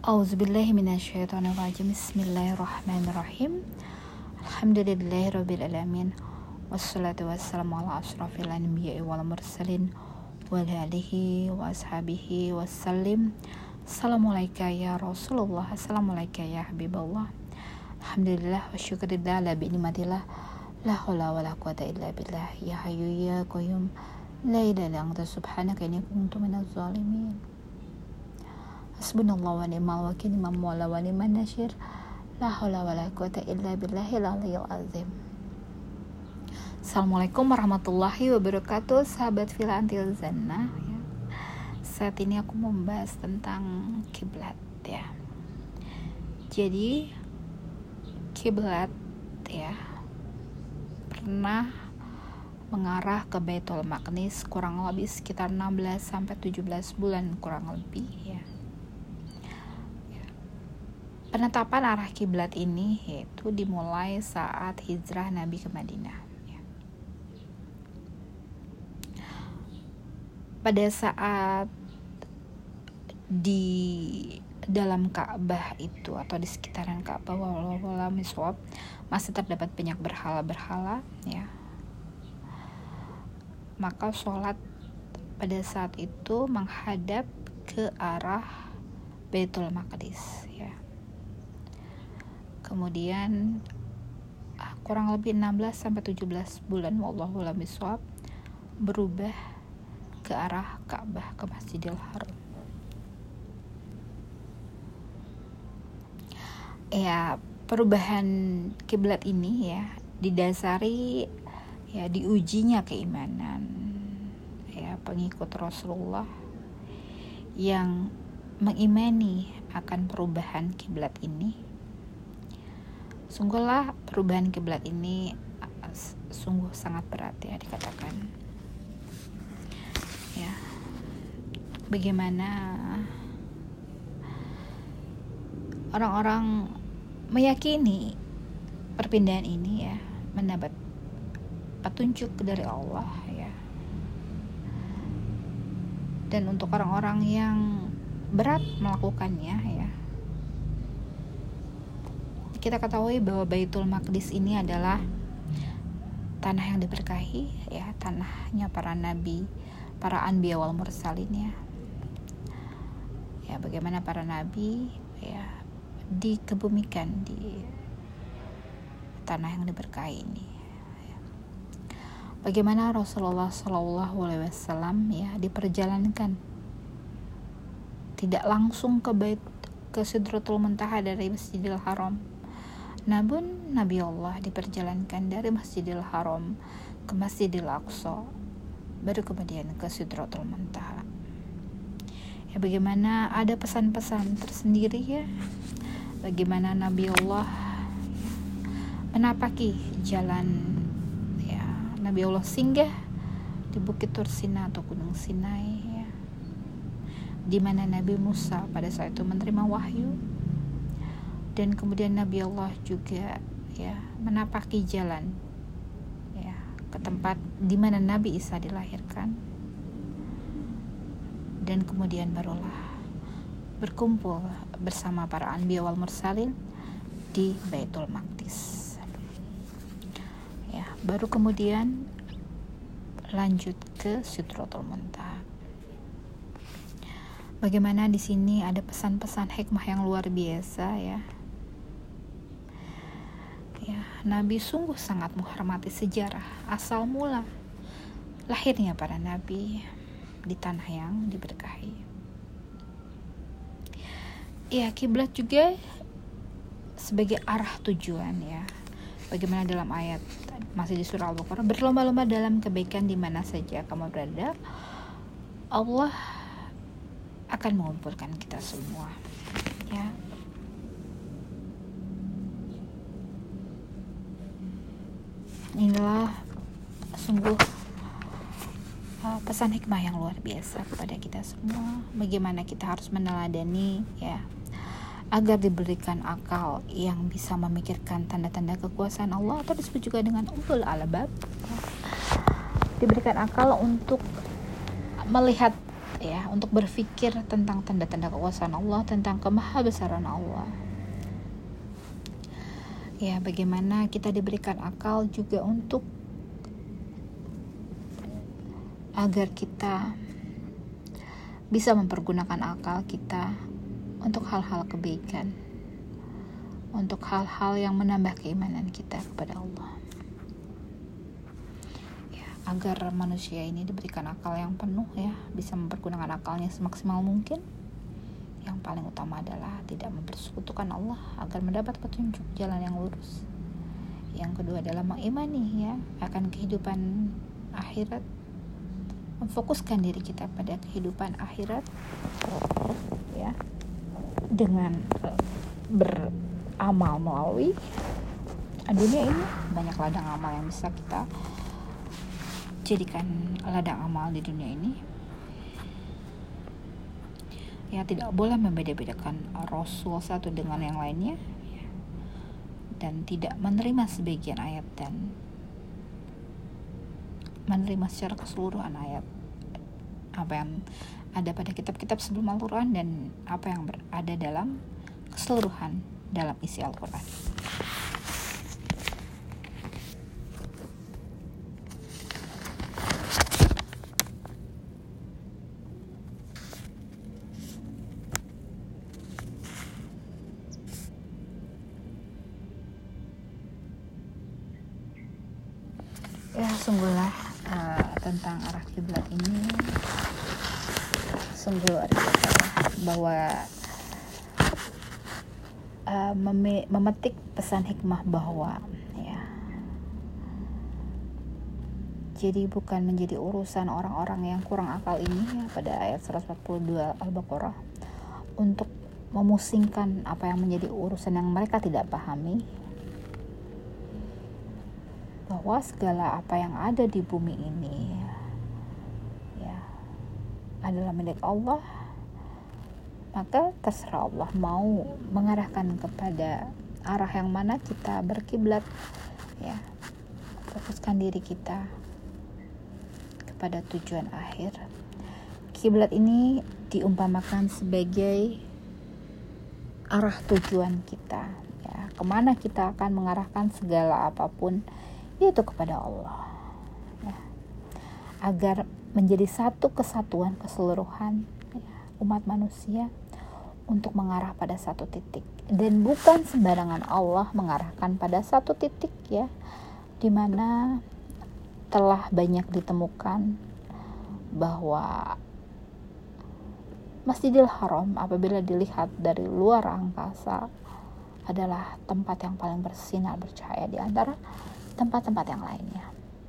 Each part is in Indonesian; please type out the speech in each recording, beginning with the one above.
A'udzubillahi minasyaitonirrajim. Bismillahirrahmanirrahim. Alhamdulillahirabbil alamin. Wassalatu wassalamu ala asyrafil anbiya'i wal mursalin wa ala alihi wa ashabihi wassalim. Assalamualaikum ya Rasulullah, assalamualaikum ya Habiballah. Alhamdulillah wa syukurillah la bi'nimatillah. La haula wa la quwata illa billah. Ya hayyu ya qayyum. La ilaha illa anta subhanaka inni kuntu minaz zalimin. Hasbunallahu wa ni'mal wakil, ni'mal mawla wa ni'man nasyir. La haula wa la quwata illa billahil aliyyil azim. Assalamualaikum warahmatullahi wabarakatuh, sahabat Villa Antil Zannah ya. Saat ini aku membahas tentang kiblat ya. Jadi kiblat ya pernah mengarah ke Baitul Maqdis kurang lebih sekitar 16 sampai 17 bulan kurang lebih ya. Penetapan arah kiblat ini yaitu dimulai saat hijrah Nabi ke Madinah. Pada saat di dalam Ka'bah itu atau di sekitaran Ka'bah wallahu a'lam bishawab masih terdapat banyak berhala-berhala ya. Maka sholat pada saat itu menghadap ke arah Baitul Maqdis ya. Kemudian kurang lebih 16 sampai 17 bulan wallahu a'lam bishawab berubah ke arah Ka'bah, ke Masjidil Haram. Ya, perubahan kiblat ini ya didasari ya diujinya keimanan ya pengikut Rasulullah yang mengimani akan perubahan kiblat ini. Sungguhlah perubahan kiblat ini sungguh sangat berat ya dikatakan. Ya. Bagaimana orang-orang meyakini perpindahan ini ya mendapat petunjuk dari Allah ya. Dan untuk orang-orang yang berat melakukannya ya, kita ketahui bahwa Baitul Maqdis ini adalah tanah yang diberkahi ya, tanahnya para nabi, para anbiya wal mursalin ya. Ya, bagaimana para nabi ya dikebumikan di tanah yang diberkahi ini. Bagaimana Rasulullah SAW ya diperjalankan tidak langsung ke Sidratul Muntaha dari Masjidil Haram. Namun Nabi Allah diperjalankan dari Masjidil Haram ke Masjidil Aqsa, baru kemudian ke Sidratul Muntaha. Ya, bagaimana ada pesan-pesan tersendiri ya. Bagaimana Nabi Allah menapaki jalan ya. Nabi Allah singgah di Bukit Tursina atau Gunung Sinai ya. Di mana Nabi Musa pada saat itu menerima wahyu. Dan kemudian Nabi Allah juga ya menapaki jalan ya ke tempat di mana Nabi Isa dilahirkan. Dan kemudian barulah berkumpul bersama para anbiya wal mursalin di Baitul Maqdis. Ya, baru kemudian lanjut ke Sidratul Muntaha. Bagaimana di sini ada pesan-pesan hikmah yang luar biasa ya. Ya, Nabi sungguh sangat menghormati sejarah asal mula lahirnya para nabi di tanah yang diberkahi. Ya, kiblat juga sebagai arah tujuan ya. Bagaimana dalam ayat masih di surah Al-Baqarah, berlomba-lomba dalam kebaikan di mana saja kamu berada, Allah akan mengumpulkan kita semua ya. Inilah sungguh pesan hikmah yang luar biasa kepada kita semua. Bagaimana kita harus meneladani ya, agar diberikan akal yang bisa memikirkan tanda-tanda kekuasaan Allah, atau disebut juga dengan ulul albab. Diberikan akal untuk melihat ya, untuk berpikir tentang tanda-tanda kekuasaan Allah, tentang kemahabesaran Allah. Ya, bagaimana kita diberikan akal juga untuk agar kita bisa mempergunakan akal kita untuk hal-hal kebaikan, untuk hal-hal yang menambah keimanan kita kepada Allah. Ya, agar manusia ini diberikan akal yang penuh, ya, bisa mempergunakan akalnya semaksimal mungkin. Yang paling utama adalah tidak mempersekutukan Allah agar mendapat petunjuk jalan yang lurus. Yang kedua adalah mengimani, ya, akan kehidupan akhirat, memfokuskan diri kita pada kehidupan akhirat, ya, dengan beramal melalui dunia ini. Banyak ladang amal yang bisa kita jadikan ladang amal di dunia ini. Ya, tidak boleh membeda-bedakan Rasul satu dengan yang lainnya, ya, dan tidak menerima sebagian ayat dan menerima secara keseluruhan ayat apa yang ada pada kitab-kitab sebelum Al-Quran dan apa yang berada dalam keseluruhan dalam isi Al-Quran. Ya, sungguhlah tentang arah kiblat ini sungguh luar biasa, bahwa memetik pesan hikmah bahwa, ya, jadi bukan menjadi urusan orang-orang yang kurang akal ini, ya, pada ayat 142 Al-Baqarah, untuk memusingkan apa yang menjadi urusan yang mereka tidak pahami, bahwa segala apa yang ada di bumi ini, ya, adalah milik Allah. Maka terserah Allah mau mengarahkan kepada arah yang mana kita berkiblat, ya, fokuskan diri kita kepada tujuan akhir. Kiblat ini diumpamakan sebagai arah tujuan kita, ya, kemana kita akan mengarahkan segala apapun, yaitu kepada Allah, ya, agar menjadi satu kesatuan keseluruhan, ya, umat manusia untuk mengarah pada satu titik. Dan bukan sembarangan Allah mengarahkan pada satu titik, ya, dimana telah banyak ditemukan bahwa Masjidil Haram apabila dilihat dari luar angkasa adalah tempat yang paling bersinar bercahaya di antara tempat-tempat yang lainnya.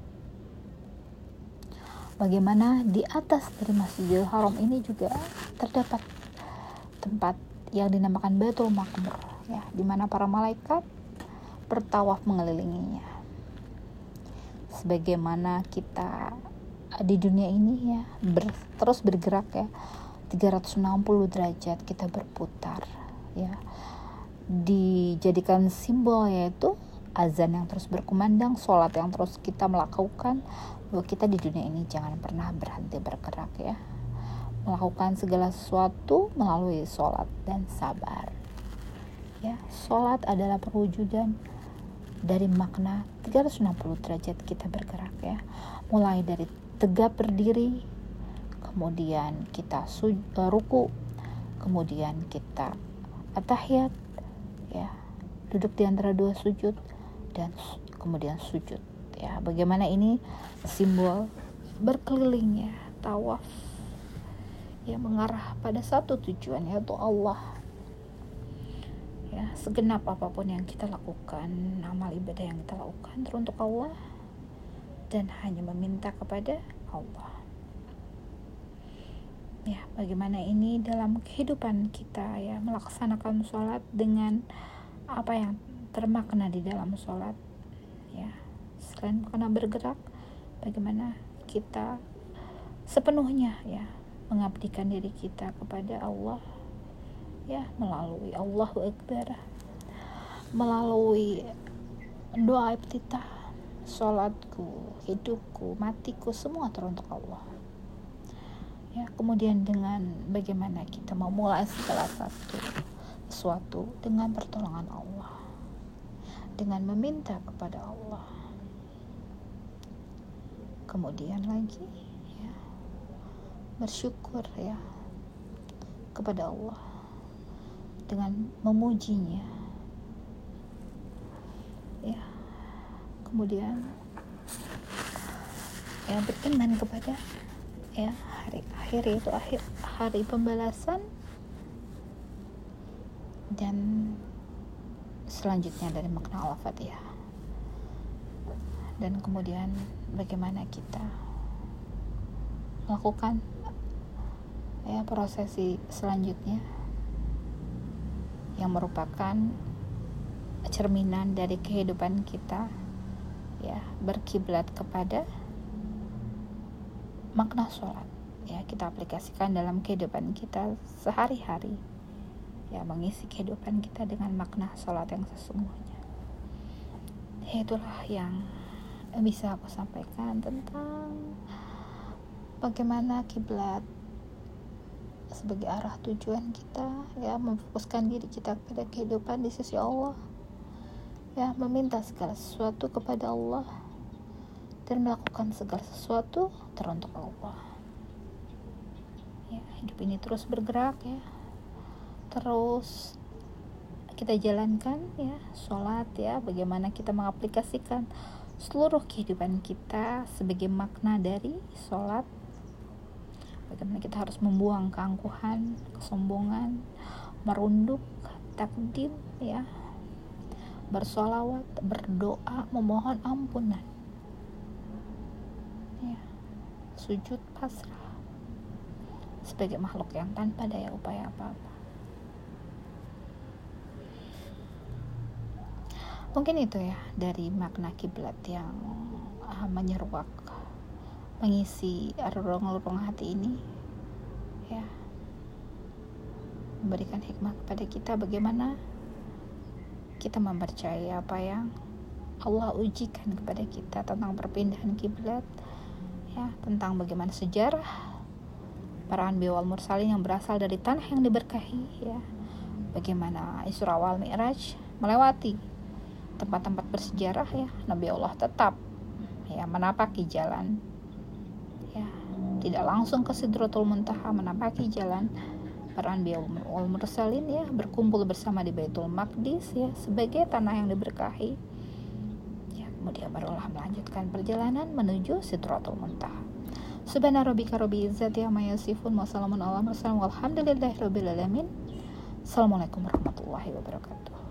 Bagaimana di atas dari Masjidil Haram ini juga terdapat tempat yang dinamakan Baitul Maqmur, ya, di mana para malaikat bertawaf mengelilinginya. Sebagaimana kita di dunia ini, ya, terus bergerak, ya, 360 derajat kita berputar, ya, dijadikan simbol yaitu azan yang terus berkumandang, sholat yang terus kita melakukan, bahwa kita di dunia ini jangan pernah berhenti bergerak, ya, melakukan segala sesuatu melalui sholat dan sabar, ya. Sholat adalah perwujudan dari makna 360 derajat kita bergerak, ya, mulai dari tegap berdiri, kemudian kita ruku, kemudian kita at-tahiyat, ya, duduk di antara dua sujud, dan kemudian sujud, ya. Bagaimana ini simbol berkeliling, ya, tawaf, ya, mengarah pada satu tujuan, yaitu Allah, ya. Segenap apapun yang kita lakukan, amal ibadah yang kita lakukan teruntuk Allah dan hanya meminta kepada Allah, ya. Bagaimana ini dalam kehidupan kita, ya, melaksanakan sholat dengan apa yang termakna di dalam sholat, ya. Selain karena bergerak, bagaimana kita sepenuhnya, ya, mengabdikan diri kita kepada Allah, ya, melalui Allahu Akbar, melalui doa iftitah, sholatku, hidupku, matiku, semua teruntuk Allah, Ya, kemudian dengan bagaimana kita memulai segala sesuatu dengan pertolongan Allah, dengan meminta kepada Allah. Kemudian lagi ya, bersyukur ya kepada Allah dengan memujinya ya. Kemudian ya beriman kepada ya hari akhir, yaitu hari pembalasan, dan selanjutnya dari makna Al-Fatihah. Dan kemudian bagaimana kita melakukan ya prosesi selanjutnya yang merupakan cerminan dari kehidupan kita ya, berkiblat kepada makna sholat ya, kita aplikasikan dalam kehidupan kita sehari-hari ya, mengisi kehidupan kita dengan makna sholat yang sesungguhnya. Itulah yang bisa aku sampaikan tentang bagaimana kiblat sebagai arah tujuan kita ya, memfokuskan diri kita pada kehidupan di sisi Allah ya, meminta segala sesuatu kepada Allah dan melakukan segala sesuatu teruntuk Allah ya. Hidup ini terus bergerak ya, terus kita jalankan ya sholat ya, bagaimana kita mengaplikasikan seluruh kehidupan kita sebagai makna dari sholat, bagaimana kita harus membuang keangkuhan, kesombongan, merunduk, takdim ya, bersolawat, berdoa, memohon ampunan ya, sujud pasrah sebagai makhluk yang tanpa daya upaya apa-apa. Mungkin itu ya dari makna kiblat yang menyeruak, mengisi relung-relung hati ini ya, memberikan hikmah kepada kita bagaimana kita mempercayai apa yang Allah ujikan kepada kita tentang perpindahan kiblat ya, tentang bagaimana sejarah para anbiya wal mursalin yang berasal dari tanah yang diberkahi ya, bagaimana Isra wal Mi'raj melewati tempat-tempat bersejarah ya, Nabi Allah tetap ya menapaki jalan ya, tidak langsung ke Sidratul Muntaha, menapaki jalan para anbiya wal mursalin ya, berkumpul bersama di Baitul Maqdis ya, sebagai tanah yang diberkahi ya. Kemudian barulah melanjutkan perjalanan menuju Sidratul Muntaha. Subhana rabbika rabbil izzati amma yasifun wa salamun alal mursalin walhamdulillahi rabbil alamin. Assalamualaikum warahmatullahi wabarakatuh.